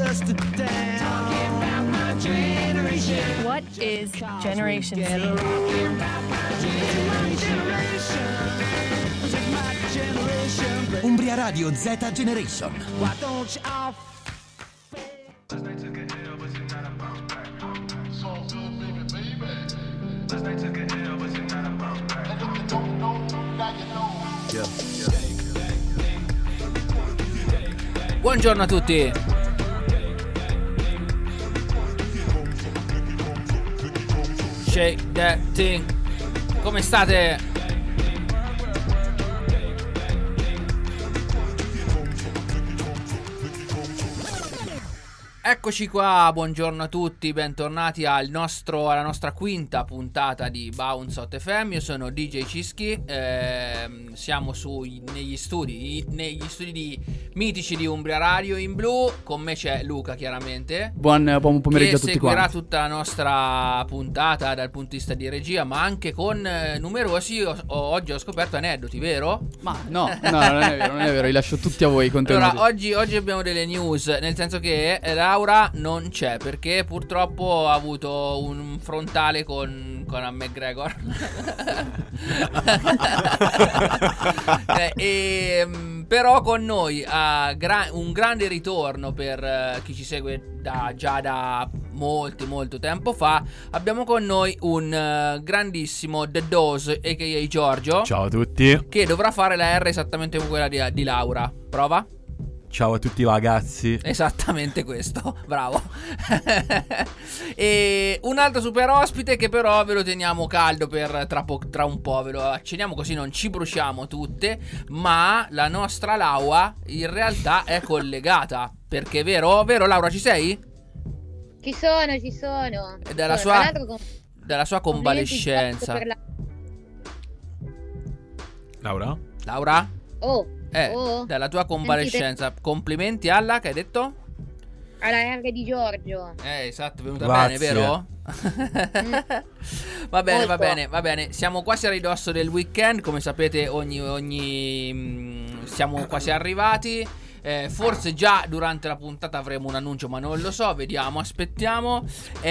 What is Generation Z? Umbria Radio Z Generation. Buongiorno a tutti. Shake that thing. Come state? Eccoci qua, buongiorno a tutti, bentornati alla nostra quinta puntata di Bounce Hot FM. Io sono DJ Cischi, siamo negli studi mitici di Umbria Radio in blu. Con me c'è Luca, chiaramente. Buon pomeriggio a tutti quanti. Che seguirà tutta la nostra puntata dal punto di vista di regia, ma anche con numerosi, oggi ho scoperto aneddoti, vero? Ma no, non è vero, li lascio tutti a voi i contenuti. Allora, oggi abbiamo delle news, nel senso che Laura non c'è perché purtroppo ha avuto un frontale con McGregor. Però con noi un grande ritorno per chi ci segue già da molto tempo fa. Abbiamo con noi un grandissimo The Dose, a.k.a. Giorgio. Ciao a tutti. Che dovrà fare la R esattamente come quella di Laura. Prova. Ciao a tutti ragazzi. Esattamente questo, bravo. E un altro super ospite che però ve lo teniamo caldo per tra un po', ve lo accenniamo così non ci bruciamo tutte. Ma la nostra Laura in realtà è collegata. Perché vero Laura, ci sei? Ci sono. E dalla sua convalescenza. Laura? Dalla tua convalescenza. Complimenti alla, che hai detto? Alla R di Giorgio. Esatto, è venuta Grazie. bene, vero? Va bene. Siamo quasi a ridosso del weekend. Come sapete siamo quasi arrivati. Forse già durante la puntata avremo un annuncio, ma non lo so, vediamo, aspettiamo.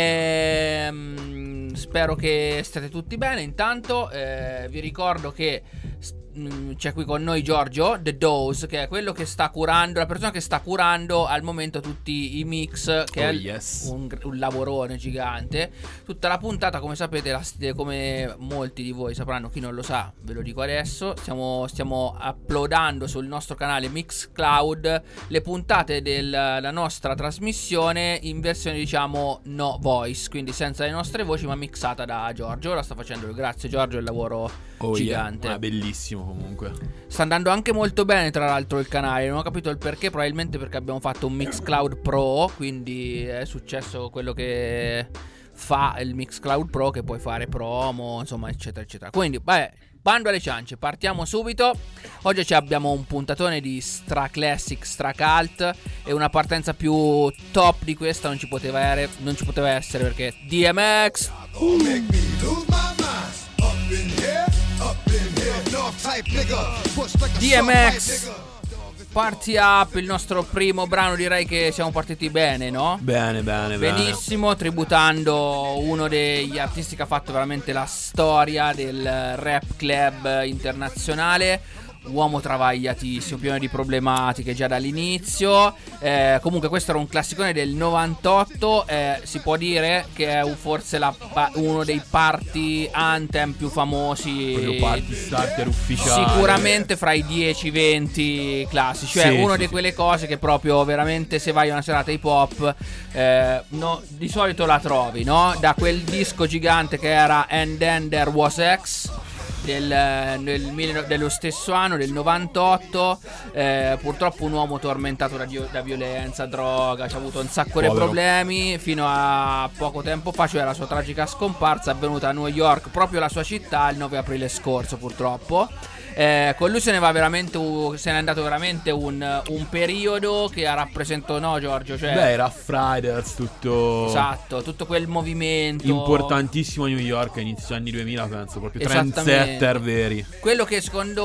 Spero che stiate tutti bene. Intanto vi ricordo che c'è qui con noi Giorgio, The Dose, che è quello che sta curando, la persona che sta curando al momento tutti i mix, che un lavorone gigante. Tutta la puntata, come sapete, come molti di voi sapranno, chi non lo sa ve lo dico adesso, stiamo uploadando sul nostro canale Mixcloud le puntate della nostra trasmissione in versione, diciamo, no voice, quindi senza le nostre voci ma mixata da Giorgio. La sta facendo, grazie Giorgio, il lavoro gigante. Bellissimo comunque. Sta andando anche molto bene, tra l'altro, il canale. Non ho capito il perché, probabilmente perché abbiamo fatto un Mixcloud Pro, quindi è successo quello che fa il Mixcloud Pro, che puoi fare promo, insomma, eccetera. Quindi, bando alle ciance, partiamo subito. Oggi abbiamo un puntatone di stra classic, stra cult, e una partenza più top di questa non ci poteva essere perché DMX. DMX, Party Up, il nostro primo brano. Direi che siamo partiti bene, no? Bene. Benissimo, tributando uno degli artisti che ha fatto veramente la storia del rap club internazionale. Uomo travagliatissimo, pieno di problematiche già dall'inizio. Comunque questo era un classicone del 98. Si può dire che è forse uno dei party anthem più famosi. Quello party starter ufficiale. Sicuramente fra i 10-20 classici. Cioè una di quelle cose che proprio veramente, se vai a una serata hip hop, di solito la trovi, no? Da quel disco gigante che era And Then There Was X dello stesso anno, del 98. Purtroppo un uomo tormentato da violenza, droga, ci ha avuto un sacco di problemi fino a poco tempo fa, cioè la sua tragica scomparsa avvenuta a New York, proprio la sua città, il 9 aprile scorso, purtroppo. Con lui se ne è andato veramente un periodo che ha rappresentato, no Giorgio? Cioè, Rough Riders, tutto. Esatto, tutto quel movimento importantissimo a New York a inizio anni 2000, penso, proprio trendsetter veri. Quello che secondo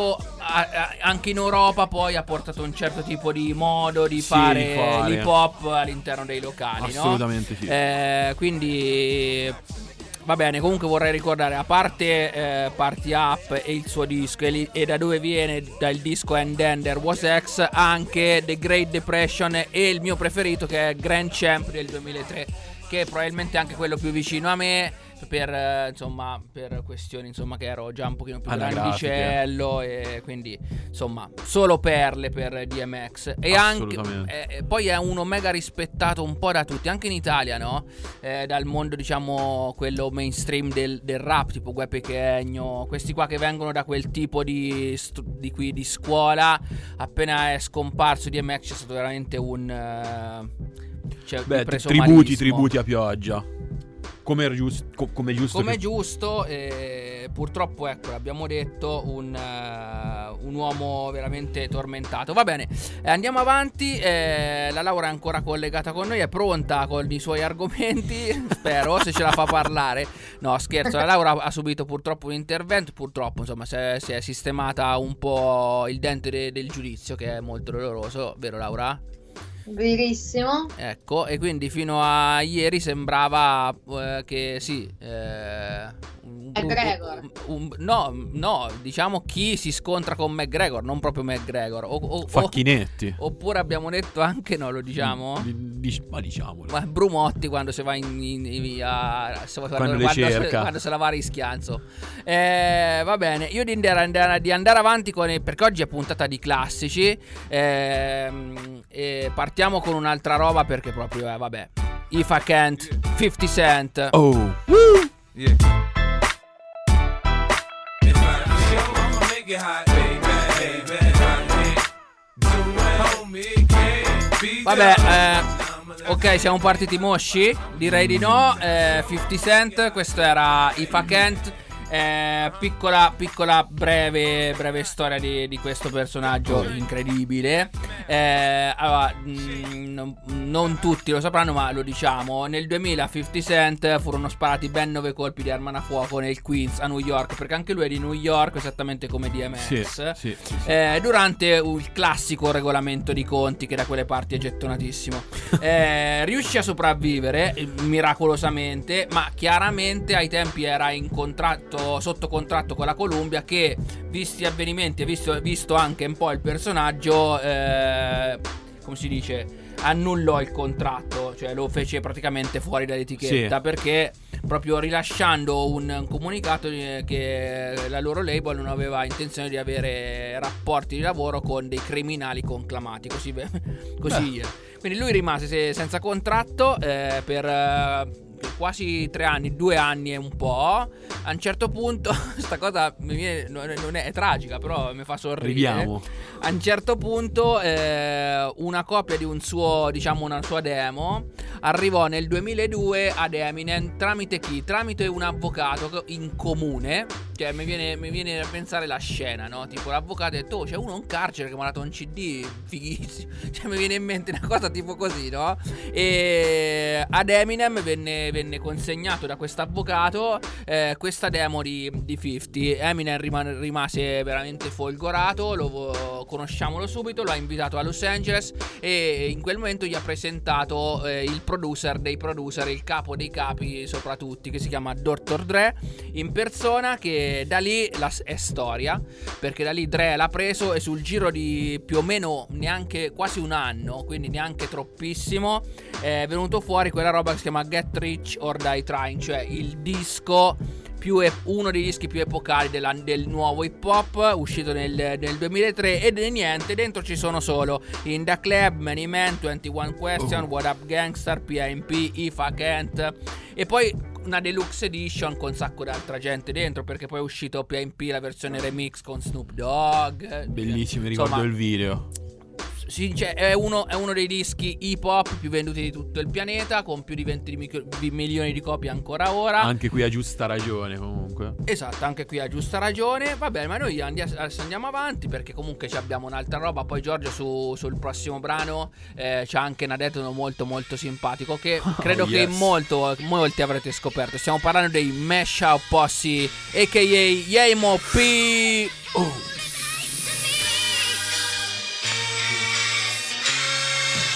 anche in Europa poi ha portato un certo tipo di modo di fare l'hip hop all'interno dei locali, assolutamente no? Sì. Quindi va bene, comunque vorrei ricordare, a parte Party Up e il suo disco e da dove viene, dal disco And Then There Was X, anche The Great Depression e il mio preferito che è Grand Champ del 2003, che è probabilmente anche quello più vicino a me per insomma, per questioni insomma che ero già un pochino più grandicello, e quindi insomma solo perle per DMX. E anche poi è uno mega rispettato un po' da tutti, anche in Italia, no? Dal mondo, diciamo, quello mainstream del rap, tipo Gue Pequeno, questi qua che vengono da quel tipo di scuola. Appena è scomparso DMX c'è stato veramente un tributi a pioggia. Come giusto, purtroppo, ecco, l'abbiamo detto, un uomo veramente tormentato. Va bene, andiamo avanti. La Laura è ancora collegata con noi, è pronta con i suoi argomenti, spero, se ce la fa parlare. No, scherzo, la Laura ha subito purtroppo un intervento. Purtroppo, insomma, si è sistemata un po' il dente del giudizio, che è molto doloroso, vero Laura? Verissimo. Ecco, e quindi fino a ieri sembrava che sì, McGregor. No, diciamo chi si scontra con McGregor, non proprio McGregor. Facchinetti. Oppure abbiamo detto anche, no, lo diciamo? Ma diciamolo. Ma Brumotti quando si va quando se la va a rischianzo. Va bene, io di andare avanti perché oggi è puntata di classici. Partiamo con un'altra roba perché proprio vabbè. If I Can't, 50 Cent. Oh, woo! Yeah. Vabbè, ok, siamo partiti mosci? Direi di no. 50 Cent, questo era If I Can't. Piccola breve storia di questo personaggio incredibile. Allora, non tutti lo sapranno, ma lo diciamo. Nel 2000 50 Cent furono sparati ben 9 colpi di arma da fuoco nel Queens a New York, perché anche lui è di New York, esattamente come DMX. Sì. Durante il classico regolamento di conti, che da quelle parti è gettonatissimo. Riuscì a sopravvivere miracolosamente, ma chiaramente ai tempi era sotto contratto con la Columbia, che visti gli avvenimenti e visto anche un po' il personaggio, come si dice, annullò il contratto, cioè lo fece praticamente fuori dall'etichetta, perché proprio rilasciando un comunicato che la loro label non aveva intenzione di avere rapporti di lavoro con dei criminali conclamati, così. Quindi lui rimase senza contratto per quasi 3 anni, 2 anni e un po'. A un certo punto sta cosa non è tragica, però mi fa sorridere. Arriviamo. A un certo punto una copia di una sua demo arrivò nel 2002 ad Eminem. Tramite chi? Tramite un avvocato in comune. Cioè mi viene a pensare la scena, no? Tipo l'avvocato ha detto: oh, c'è uno in carcere che mi ha dato un CD fighissimo. Cioè mi viene in mente una cosa tipo così, no? E ad Eminem venne consegnato da questo avvocato questa demo di 50. Eminem rimase veramente folgorato, conosciamolo subito, lo ha invitato a Los Angeles e in quel momento gli ha presentato il producer dei producer, il capo dei capi sopra tutti, che si chiama Dr. Dre in persona, che da lì è storia, perché da lì Dre l'ha preso e sul giro di più o meno neanche quasi un anno, quindi neanche troppissimo, è venuto fuori quella roba che si chiama Get Rich or Die Trying, cioè il disco uno dei dischi più epocali del nuovo hip hop, uscito nel 2003. Ed niente, dentro ci sono solo In The Club, Many Men, 21 Question, What Up Gangster, PIMP, If I Can't, e poi una deluxe edition con un sacco di altra gente dentro, perché poi è uscito PIMP, la versione remix con Snoop Dogg. Bellissimo, ricordo il video. Sì, cioè, è uno dei dischi hip hop più venduti di tutto il pianeta, con più di 20 milioni di copie ancora ora. Anche qui a giusta ragione, comunque. Esatto, anche qui a giusta ragione. Vabbè, ma noi andiamo avanti, perché comunque abbiamo un'altra roba. Poi Giorgio sul prossimo brano c'ha anche un addetto molto molto simpatico, che credo che molti avrete scoperto. Stiamo parlando dei Mash Out Posse, a.k.a. Yemo P.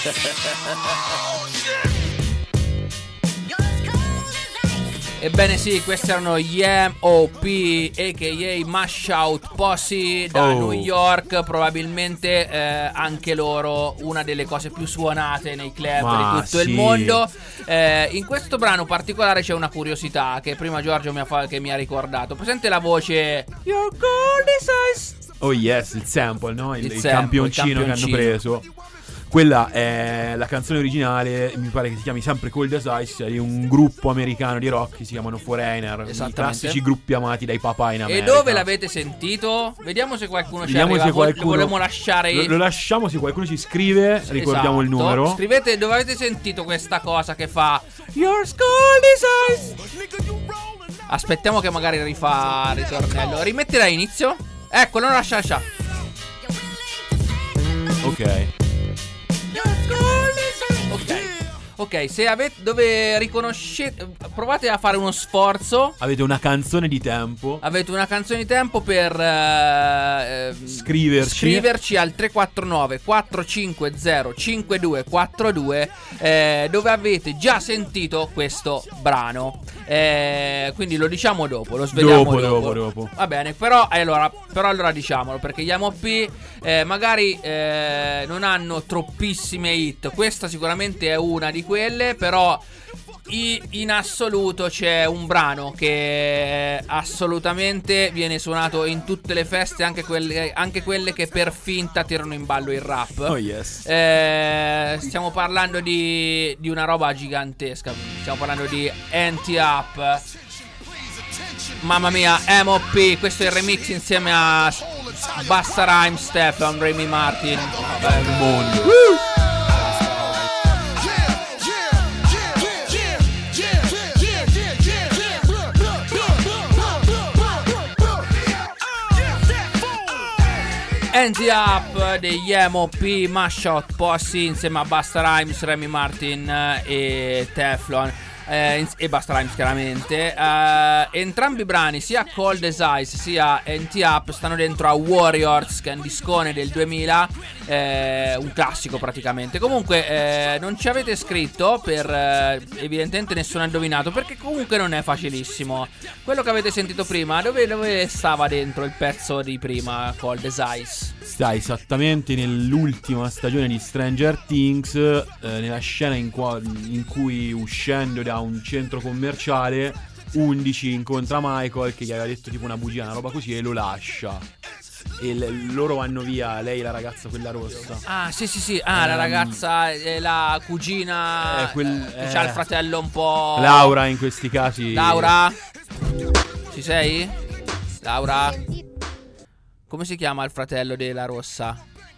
Ebbene sì, questi erano gli M.O.P. a.k.a. Mashout Posse da New York. Probabilmente anche loro una delle cose più suonate nei club di tutto il mondo. In questo brano particolare c'è una curiosità che prima Giorgio mi ha ricordato. Presente la voce Your gold is ice. Oh yes, il sample, no? Il campioncino che hanno preso. Quella è la canzone originale, mi pare che si chiami sempre Cold as Ice, di un gruppo americano di rock che si chiamano Foreigner, i classici gruppi amati dai papà in America. E dove l'avete sentito? Vediamo se qualcuno ci arriva. Lo volevamo lasciare. Lo lasciamo, se qualcuno ci scrive, ricordiamo il numero. Scrivete dove avete sentito questa cosa che fa Your Cold as Ice. Aspettiamo che magari rifà il ritornello. Rimetti da inizio. Ecco, non lascia. Ok. Ok, se avete dove riconoscete, provate a fare uno sforzo. Avete una canzone di tempo. Per scriverci al 349 450 5242 dove avete già sentito questo brano. Quindi lo diciamo dopo, lo sveliamo dopo. Va bene, però allora diciamolo, perché gli M.O.P. magari non hanno troppissime hit. Questa sicuramente è una di quelle, però in assoluto c'è un brano che assolutamente viene suonato in tutte le feste, anche quelle che per finta tirano in ballo il rap. Oh yes. Stiamo parlando di una roba gigantesca. Stiamo parlando di Anti-Up. Mamma mia, M.O.P. Questo è il remix insieme a Busta Rhymes, Stefan, Remy Martin. Vabbè, il mondo. Anti-Up degli M.O.P. Mashout Posse insieme a Busta Rhymes, Remy Martin e Teflon. E Busta Rhymes chiaramente. Entrambi i brani, sia Cold as Ice sia Anti-Up, stanno dentro a Warriors, che è un discone del 2000, un classico praticamente. Comunque non ci avete scritto per evidentemente nessuno ha indovinato, perché comunque non è facilissimo. Quello che avete sentito prima, dove stava dentro il pezzo di prima, Cold as Ice? Sta esattamente nell'ultima stagione di Stranger Things, nella scena in cui, uscendo da un centro commerciale, 11 incontra Michael che gli aveva detto tipo una bugia, una roba così, e lo lascia. E loro vanno via, lei la ragazza quella rossa. Ah sì. La ragazza, la cugina che c'ha il fratello un po'... Laura in questi casi. Laura? Ci sei? Laura? Come si chiama il fratello della rossa?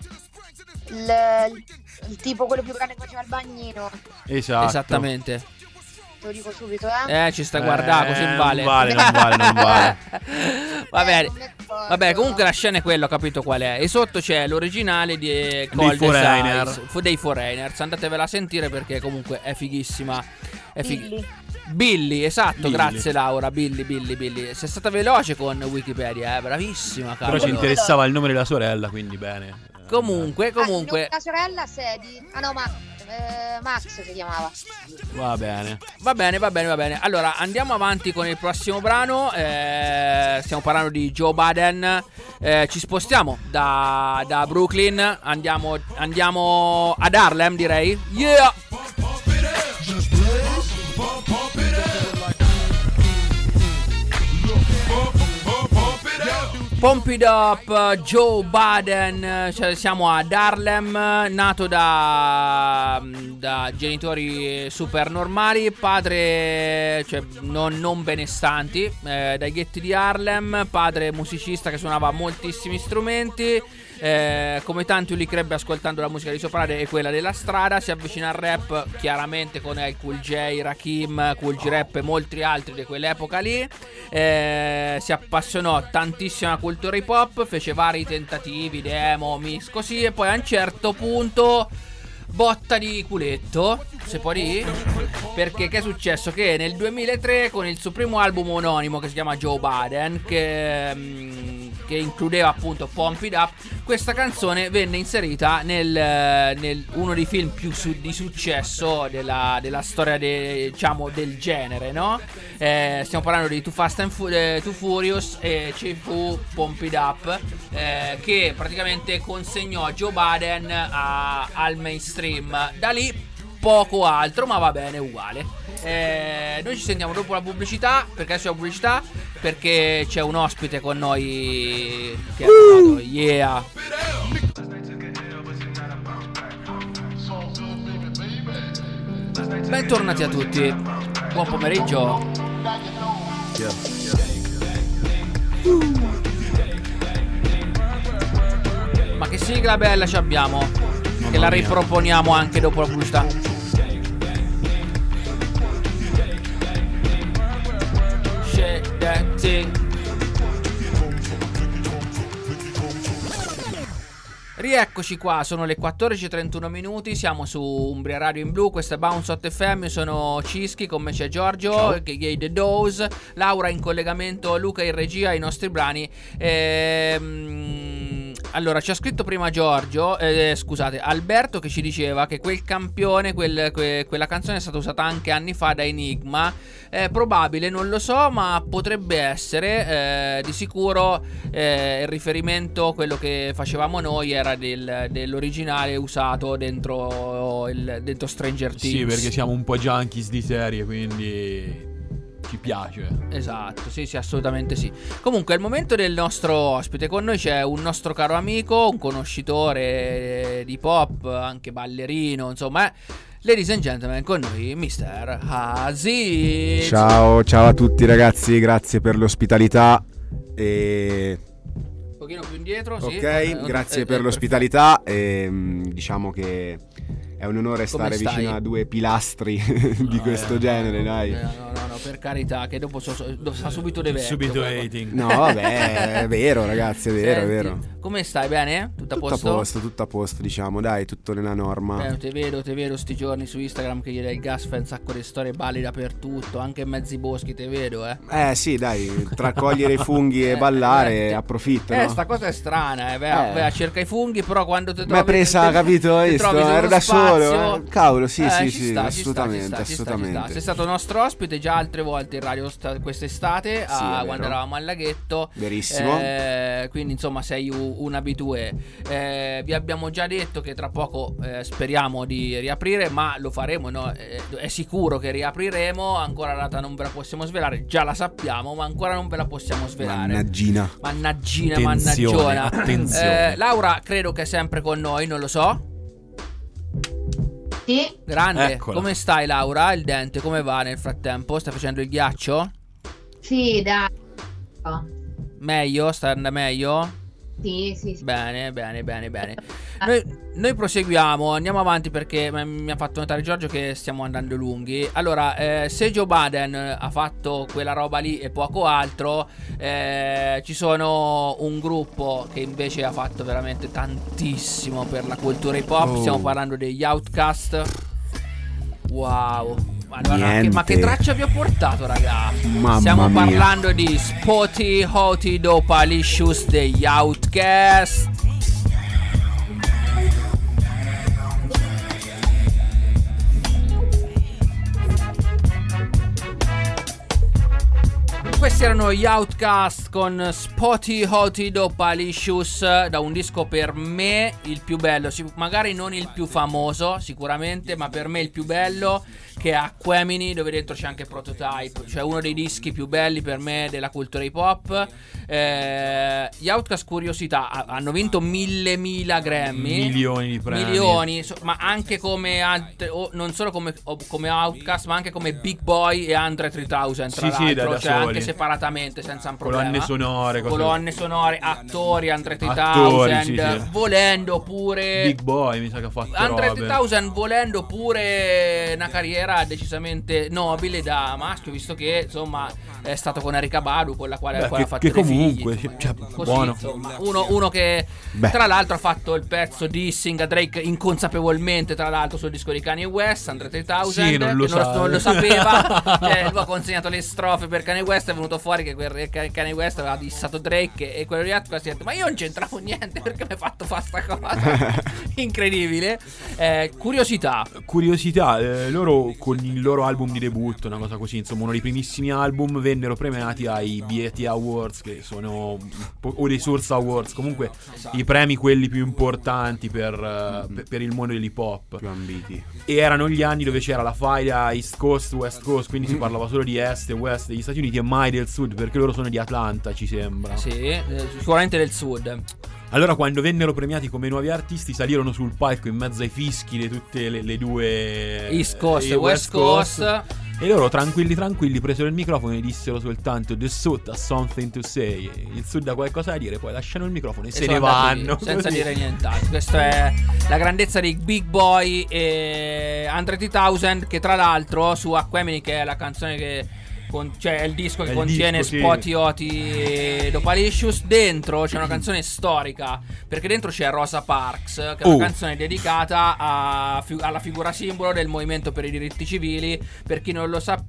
Il tipo, quello più grande che faceva il bagnino. Esatto. Esattamente. Te lo dico subito, ci sta guardando, così vale. Non vale. Va bene. Vabbè, comunque la scena è quella, ho capito qual è. E sotto c'è l'originale di Cold as Ice dei Foreigners. Andatevela a sentire perché comunque è fighissima. Billy, esatto, Billy. Grazie Laura, Billy. Sei stata veloce con Wikipedia, bravissima, caro. Però ci interessava il nome della sorella, quindi bene. Comunque la sorella Sadie. Ah no, Max si chiamava. Va bene. Allora andiamo avanti con il prossimo brano. Stiamo parlando di Joe Biden. Ci spostiamo da Brooklyn. Andiamo ad Harlem, direi. Yeah. Pump It Up, Joe Biden, cioè siamo ad Harlem, nato da genitori super normali, padre, cioè non benestanti, dai ghetti di Harlem, padre musicista che suonava moltissimi strumenti. Come tanti li crebbe ascoltando la musica di suo padre e quella della strada. Si avvicina al rap chiaramente con El Cool J, Rakim, Cool G Rap e molti altri di quell'epoca lì. Si appassionò tantissimo alla cultura hip hop, fece vari tentativi, demo, mix così, e poi a un certo punto botta di culetto, se può dire, perché che è successo? Che nel 2003 con il suo primo album omonimo che si chiama Joe Biden, che che includeva appunto Pump It Up, questa canzone venne inserita nel uno dei film più di successo della storia diciamo del genere, no? Stiamo parlando di Too Fast and Too Furious, e ci fu Pump It Up, che praticamente consegnò Joe Biden al mainstream. Da lì poco altro, ma va bene uguale. Noi ci sentiamo dopo la pubblicità, perché adesso è la pubblicità, perché c'è un ospite con noi che è arrivato. Yeah. Bentornati a tutti, buon pomeriggio. Ma che sigla bella ci abbiamo, che la riproponiamo anche dopo la pubblicità. Shake that thing. Rieccoci qua, sono le 14:31 minuti, siamo su Umbria Radio in Blu, questa è Bounce Hot FM, io sono Cischi, con me c'è Giorgio, che The Dose, Laura in collegamento, Luca in regia, i nostri brani. Allora, ci ha scritto prima Giorgio, scusate, Alberto, che ci diceva che quel campione, quella canzone è stata usata anche anni fa da Enigma. È probabile, non lo so, ma potrebbe essere. Di sicuro il riferimento, quello che facevamo noi, era dell'originale usato dentro Stranger Things. Sì, perché siamo un po' junkies di serie, quindi ci piace. Esatto, sì, assolutamente sì. Comunque è il momento del nostro ospite. Con noi c'è un nostro caro amico, un conoscitore di pop, anche ballerino, insomma. Ladies and gentlemen, con noi Mr. Aziz. Ciao a tutti ragazzi, grazie per l'ospitalità. Un pochino più indietro, sì. Ok, grazie per l'ospitalità. Diciamo che è un onore stare vicino a due pilastri di questo genere, dai. No, per carità, che dopo sa subito deve subito hating. No, vabbè, è vero ragazzi, è vero, Senti, è vero. Come stai? Bene? Tutto a posto? Tutto a posto, diciamo, dai, tutto nella norma. Te vedo sti giorni su Instagram che gli dai il gas, fai un sacco di storie, balli dappertutto, anche in mezzi boschi, te vedo, sì, dai, tra cogliere i funghi e ballare approfitto, no? Sta cosa è strana, vai a cerca i funghi, però quando ti trovi... Mi è presa, capito? Ero da solo. Cavolo, sì, assolutamente. Sei stato nostro ospite già altre volte in radio quest'estate, quando eravamo al laghetto. Verissimo. Quindi insomma sei un abitué. Vi abbiamo già detto che tra poco speriamo di riaprire, ma lo faremo, no? È sicuro che riapriremo. Ancora la data non ve la possiamo svelare, già la sappiamo, ma ancora non ve la possiamo svelare. Mannaggiona. Attenzione. Laura credo che è sempre con noi, non lo so. Sì. Grande. Eccola. Come stai, Laura? Il dente come va nel frattempo? Stai facendo il ghiaccio? Sì, dai. Meglio? Sta andando meglio? Sì. Bene. Noi proseguiamo, andiamo avanti, perché mi ha fatto notare Giorgio che stiamo andando lunghi. Allora, se Joe Biden ha fatto quella roba lì e poco altro, ci sono un gruppo che invece ha fatto veramente tantissimo per la cultura hip hop. Stiamo parlando degli Outkast. Wow. Madonna, ma che traccia vi ho portato, raga? Stiamo parlando di Spotty Hotty Dopalicious degli Outkast. Questi erano gli Outkast con Spotty Hotty Dopalicious, da un disco per me il più bello, magari non il più famoso sicuramente, ma per me il più bello, che è Aquemini, dove dentro c'è anche Prototype, cioè uno dei dischi più belli per me della cultura hip hop. Gli Outkast, curiosità, hanno vinto 1000 Grammy, milioni di premi, ma anche come non solo come Outkast, ma anche come Big Boy e Andre 3000, tra l'altro, da cioè soli, anche separatamente, senza un problema. Colonne sonore, attori, Andre 3000, volendo pure Big Boy mi sa che ha fatto Andre robe. 3000, volendo pure una carriera sembra decisamente nobile da maschio, visto che insomma è stato con Erika Badu, con la quale ha fatto che dei comunque figli, cioè, così, buono. insomma, uno che tra l'altro ha fatto il pezzo dissing a Drake inconsapevolmente, tra l'altro sul disco di Kanye West, Andre 3000, sì, non lo sapeva. Lui ha consegnato le strofe per Kanye West, è venuto fuori che Kanye West aveva dissato Drake e quello di Atco si è detto: ma io non c'entravo niente, perché mi hai fatto fare sta cosa? Incredibile. Curiosità, loro con il loro album di debutto, una cosa così, insomma uno dei primissimi album, vennero premiati ai BET Awards, che sono o dei Source Awards, comunque i premi quelli più importanti per il mondo dell'hip hop, più ambiti. E erano gli anni dove c'era la faida East Coast, West Coast, quindi si parlava solo di Est e West degli Stati Uniti e mai del Sud, perché loro sono di Atlanta, ci sembra. Sì, sicuramente del Sud. Allora quando vennero premiati come nuovi artisti salirono sul palco in mezzo ai fischi di tutte le due East Coast e West Coast. E loro tranquilli presero il microfono e dissero soltanto "The Sud has something to say". Il Sud ha qualcosa da dire, poi lasciano il microfono e se ne vanno senza dire nient'altro. Questa è la grandezza di Big Boy e Andre 3000, che tra l'altro su Aquemini, che è la canzone che cioè è il disco che contiene Spotty Oti e Dopalicious, dentro c'è una canzone storica, perché dentro c'è Rosa Parks, che è una canzone dedicata alla figura simbolo del movimento per i diritti civili. Per chi non lo sa,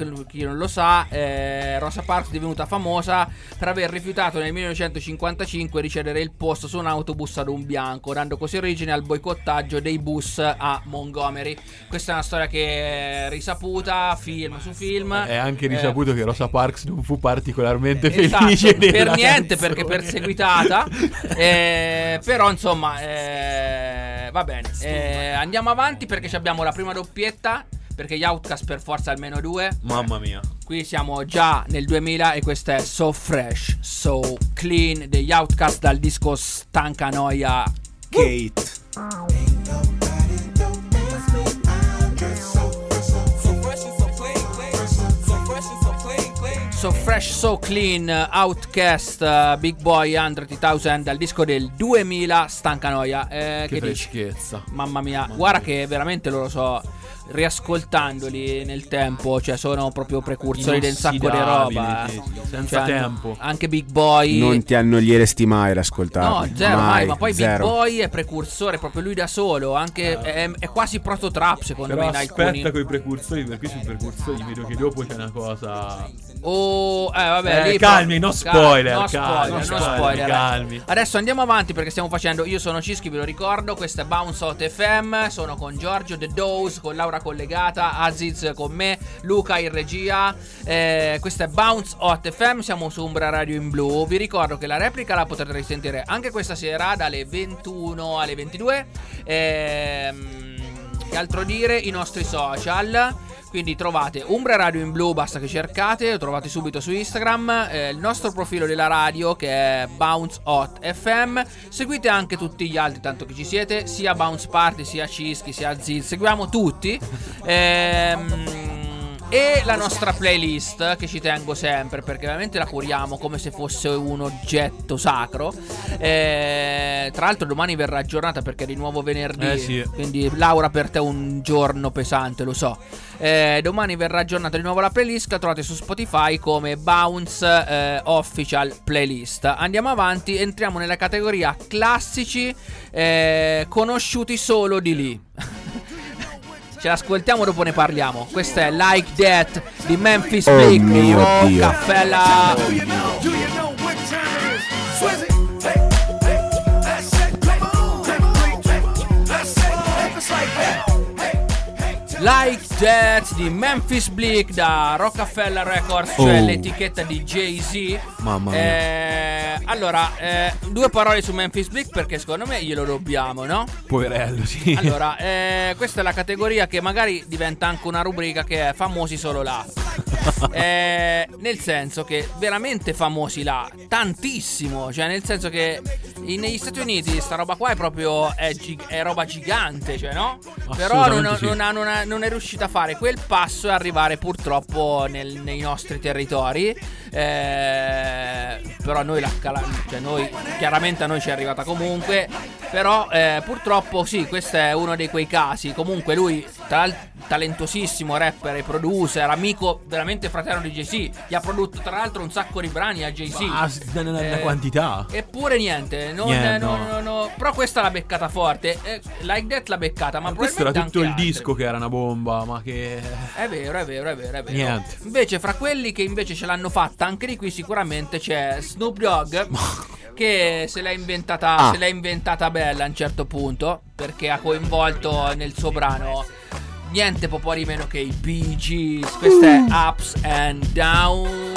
Rosa Parks è divenuta famosa per aver rifiutato nel 1955 di cedere il posto su un autobus ad un bianco, dando così origine al boicottaggio dei bus a Montgomery. Questa è una storia che è risaputa, film su film. È anche risaputo che Rosa Parks non fu particolarmente esatto, felice per niente, canzone, perché perseguitata. Però insomma va bene. Andiamo avanti, perché abbiamo la prima doppietta, perché gli Outkast per forza almeno due. Mamma mia. Qui siamo già nel 2000 e questa è So Fresh, So Clean degli Outkast, dal disco Stanca Noia Kate. So Fresh, So Clean, Outkast, Big Boy, Andre 3000, dal disco del 2000, Stanca Noia. Che freschezza. Mamma mia, guarda che veramente loro so, riascoltandoli nel tempo, cioè sono proprio precursori del sacco di roba. Senza tempo. Anche Big Boy. Non ti annoieresti mai ad ascoltarli. No, zero mai, ma poi zero. Big Boy è precursore, proprio lui da solo. Anche è quasi proto trap, secondo Però me, in alcuni. aspetta coi precursori, perché sui precursori vedo che dopo c'è una cosa. Vabbè, lì calmi, no spoiler. No spoiler. Calmi. Adesso andiamo avanti, perché stiamo facendo. Io sono Cischi, ve lo ricordo. Questo è Bounce Hot FM. Sono con Giorgio The Dose, con Laura collegata, Aziz con me, Luca in regia. Questo è Bounce Hot FM. Siamo su Umbria Radio in blu. Vi ricordo che la replica la potrete risentire anche questa sera dalle 21 alle 22. Che altro dire? I nostri social. Quindi trovate Umbria Radio in blu, basta che cercate, lo trovate subito su Instagram, il nostro profilo della radio che è Bounce Hot FM. Seguite anche tutti gli altri, tanto che ci siete, sia Bounce Party, sia Cischi, sia Ziz, seguiamo tutti. E la nostra playlist, che ci tengo sempre, perché veramente la curiamo come se fosse un oggetto sacro. Tra l'altro domani verrà aggiornata, perché è di nuovo venerdì, sì. quindi Laura, per te è un giorno pesante, lo so. Domani verrà aggiornata di nuovo la playlist, la trovate su Spotify come Bounce Official Playlist. Andiamo avanti, entriamo nella categoria classici conosciuti solo di lì. Ce l'ascoltiamo, dopo ne parliamo. Questa è Like That di Memphis Bleek, mio Dio. Cappella. Like That di Memphis Bleek da Rockefeller Records, cioè l'etichetta di Jay-Z. Mamma mia. Allora, due parole su Memphis Bleek, perché secondo me glielo dobbiamo, no? Poverello, sì. Allora, questa è la categoria che magari diventa anche una rubrica, che è famosi solo là. Nel senso che veramente famosi là, tantissimo. Cioè nel senso che negli Stati Uniti sta roba qua è proprio è roba gigante, cioè no? Però non è riuscita a fare quel passo e arrivare purtroppo nei nostri territori. Però noi noi chiaramente a noi ci è arrivata comunque. Però purtroppo sì, questo è uno di quei casi. Comunque lui tra talentosissimo rapper e producer, amico veramente fratello di Jay-Z. Gli ha prodotto tra l'altro un sacco di brani a Jay-Z. La quantità. Eppure niente, no. Però questa l'ha beccata forte. Like That l'ha beccata, ma questo era tutto il altri. disco che era una bomba, ma che... È vero. Niente. Invece fra quelli che invece ce l'hanno fatta, anche di qui sicuramente c'è Snoop Dogg, che se l'ha inventata bella a un certo punto, perché ha coinvolto nel suo brano niente po' di meno che i Bee Gees. Questo è Ups and Down.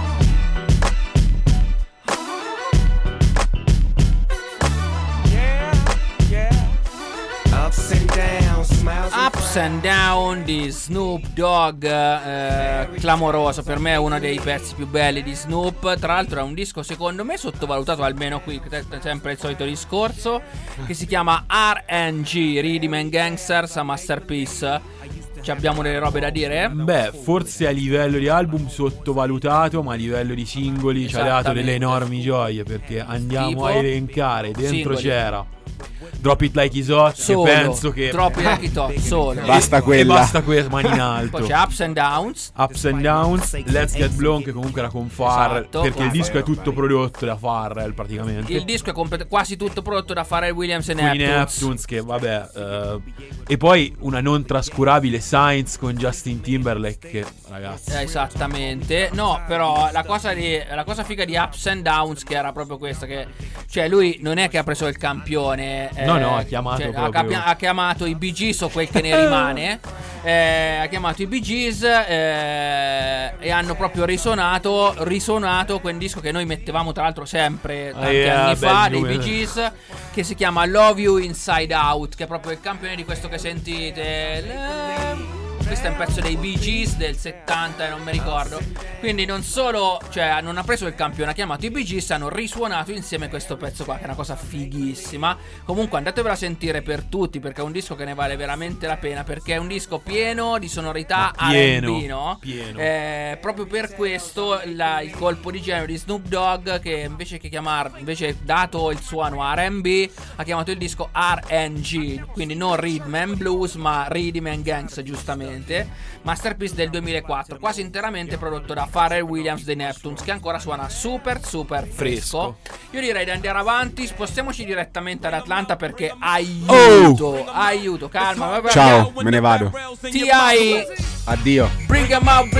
Ups and Down di Snoop Dogg, clamoroso, per me è uno dei pezzi più belli di Snoop. Tra l'altro è un disco secondo me sottovalutato, almeno qui sempre il solito discorso, che si chiama R&G, Rhythm and Gangsters, a Masterpiece. Ci abbiamo delle robe da dire? Beh, forse a livello di album sottovalutato, ma a livello di singoli ci ha dato delle enormi gioie, perché andiamo tipo, a elencare. Dentro singoli. c'era Drop It Like It's Hot, Solo, che penso che Drop It Like It's Hot, solo. Basta quella. E basta quella, mani in alto. Poi c'è Ups and Downs. Ups and Downs, Let's Get Blown, che comunque era con Pharrell, Esatto, perché il disco è tutto prodotto da Pharrell praticamente. Il disco è quasi tutto prodotto da Pharrell Williams e Queen Neptunes, che vabbè, e poi una non trascurabile Science con Justin Timberlake, che ragazzi, esattamente. No, però la cosa figa di Ups and Downs, che era proprio questa, che cioè lui non è che ha preso il campione, no, ha chiamato proprio... ha chiamato i Bee Gees, o quel che ne rimane, ha chiamato i Bee Gees, e hanno proprio risonato quel disco che noi mettevamo tra l'altro sempre tanti anni fa, dei Bee Gees, che si chiama Love You Inside Out, che è proprio il campione di questo che sentite. Questo è un pezzo dei Bee Gees del 70 e non mi ricordo. Quindi non solo, cioè non ha preso il campione, ha chiamato i Bee Gees, hanno risuonato insieme questo pezzo qua, che è una cosa fighissima. Comunque andatevela a sentire per tutti, perché è un disco che ne vale veramente la pena, perché è un disco pieno di sonorità R&B, no? Pieno. Proprio per questo il colpo di genere di Snoop Dogg, che invece dato il suono R&B, ha chiamato il disco R&G, quindi non Rhythm and Blues ma Rhythm and Gangs, giustamente. Masterpiece del 2004, quasi interamente prodotto da Pharrell Williams dei Neptunes, che ancora suona super fresco. Io direi di andare avanti, spostiamoci direttamente ad Atlanta, perché aiuto, calma. Ciao, me ne vado. T.I. Addio. Bring 'em out.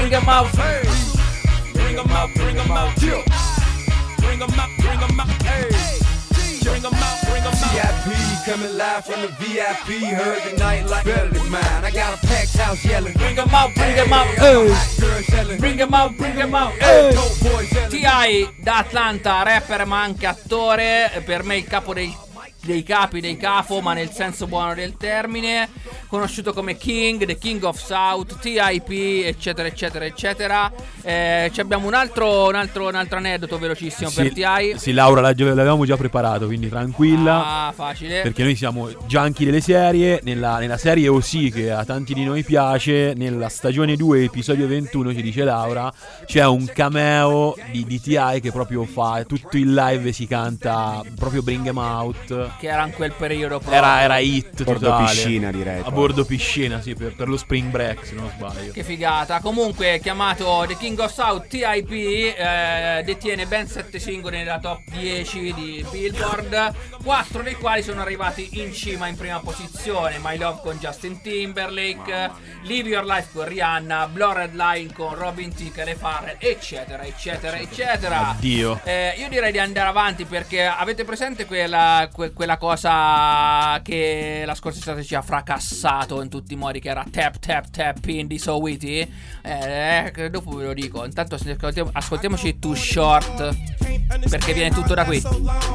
VIP coming live from the VIP. Heard the night like better than mine. I got a packed house yelling. Bring 'em out. Bring 'em out. T.I. da Atlanta, rapper ma anche attore. Per me il capo dei capi, dei cafo, ma nel senso buono del termine. Conosciuto come King, The King of South, TIP, eccetera. Abbiamo un altro aneddoto velocissimo per T.I. Sì, Laura, l'avevamo già preparato, quindi tranquilla. Ah, facile. Perché noi siamo junkie delle serie. Nella serie OC, che a tanti di noi piace, nella stagione 2, episodio 21, ci dice Laura, c'è un cameo di T.I. che proprio fa tutto il live e si canta proprio Bring 'em Out, che era in quel periodo proprio. Era hit totale. Bordo piscina, direi. A bordo piscina, sì, per lo spring break, se non sbaglio. Che figata. Comunque, chiamato The King of South, TIP detiene ben 7 singoli nella top 10 di Billboard, 4 dei quali sono arrivati in cima in prima posizione: My Love con Justin Timberlake, Live Your Life con Rihanna, Blurred Line con Robin Thicke e le Pharrell, eccetera. Addio. Io direi di andare avanti, perché avete presente quella cosa che la scorsa estate ci ha fracassato in tutti i modi, che era Tap in di So Witty? Dopo ve lo dico. Intanto ascoltiamoci Too Short, perché viene tutto da qui.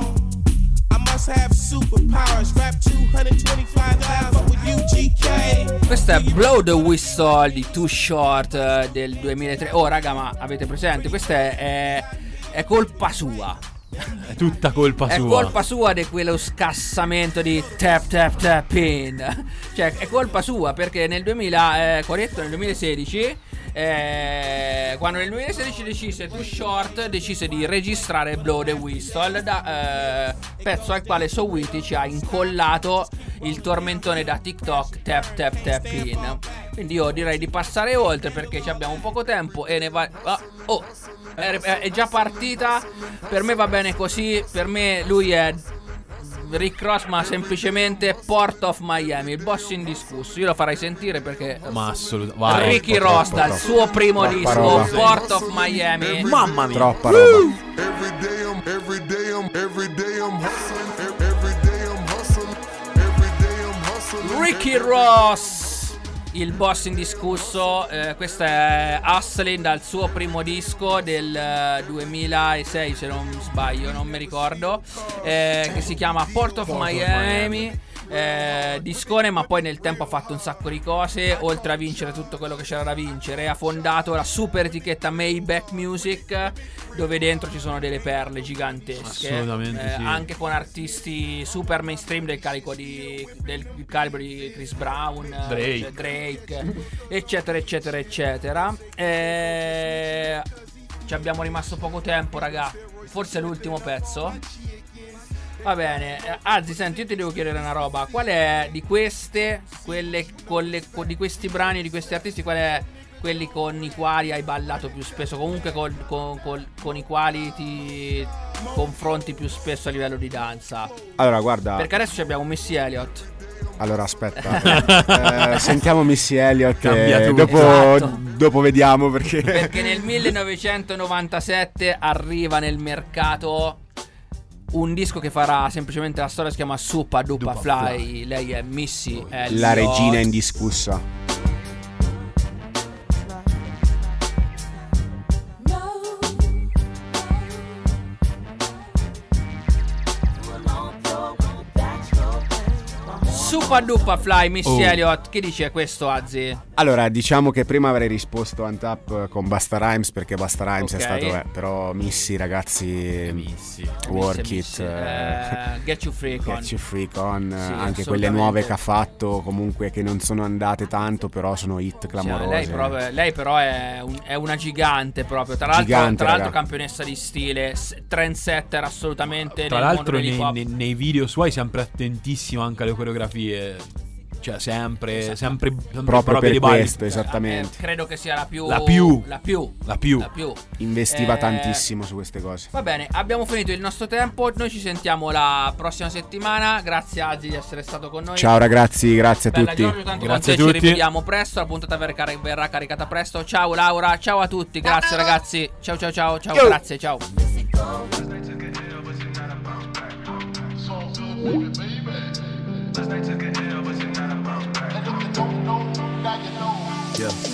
Questo è Blow the Whistle di Too Short del 2003. Oh raga, ma avete presente? Questa è colpa sua. È tutta colpa sua. È colpa sua di quello scassamento di tap in. Cioè è colpa sua, perché nel 2016 quando nel 2016 Too Short decise di registrare Blow the Whistle, pezzo al quale So Witty ci ha incollato il tormentone da TikTok tap in. Quindi io direi di passare oltre, perché ci abbiamo poco tempo e ne va... è già partita. Per me va bene così. Per me lui è Rick Ross, ma semplicemente Port of Miami, il boss indiscusso. Io lo farei sentire perché ma assolutamente Ricky Ross dal suo primo disco roba. Port of Miami. mamma mia, Troppa roba. Ricky Ross, il boss indiscusso. Questo è Hustling dal suo primo disco del 2006, se non sbaglio, non mi ricordo, che si chiama Port of Miami. Discone, ma poi nel tempo ha fatto un sacco di cose. Oltre a vincere tutto quello che c'era da vincere, ha fondato la super etichetta Maybach Music, dove dentro ci sono delle perle gigantesche. Assolutamente sì. Anche con artisti super mainstream del calibro di Chris Brown, Drake, eccetera eccetera eccetera. Ci abbiamo rimasto poco tempo, raga. Forse è l'ultimo pezzo. Va bene, Azzi, senti, io ti devo chiedere una roba. Qual è di queste, di questi brani, di questi artisti, qual è quelli con i quali hai ballato più spesso? Comunque con i quali ti confronti più spesso a livello di danza? Allora, guarda. Perché adesso abbiamo Missy Elliott. Allora, aspetta. Sentiamo Missy Elliott e Esatto. dopo vediamo perché nel 1997 arriva nel mercato un disco che farà semplicemente la storia, si chiama Supa Dupa Fly. Lei è Missy Elliott, la regina indiscussa. Supa Dupa Fly, Missy Elliott. Che dice questo, Azzi? Allora, diciamo che prima avrei risposto on tap con Busta Rhymes, perché Busta Rhymes è stato però Missy, ragazzi, Work It, Get You Freak On, sì, anche quelle nuove che ha fatto, comunque che non sono andate tanto, però sono hit clamorose. Lei però è una gigante proprio. Tra l'altro campionessa di stile, trendsetter assolutamente. Tra l'altro nei video suoi sempre attentissima anche alle coreografie. Cioè sempre proprio per questo, esattamente. Credo che sia la più investiva tantissimo su queste cose. Va bene, abbiamo finito il nostro tempo. Noi ci sentiamo la prossima settimana. Grazie Azzi di essere stato con noi. Ciao ragazzi, grazie a tutti. Giorgio, tanto grazie a tutti. tutti. Ci rivediamo presto. La puntata verrà caricata presto. Ciao Laura, ciao a tutti. Grazie ragazzi. Ciao. Grazie, ciao. Yeah.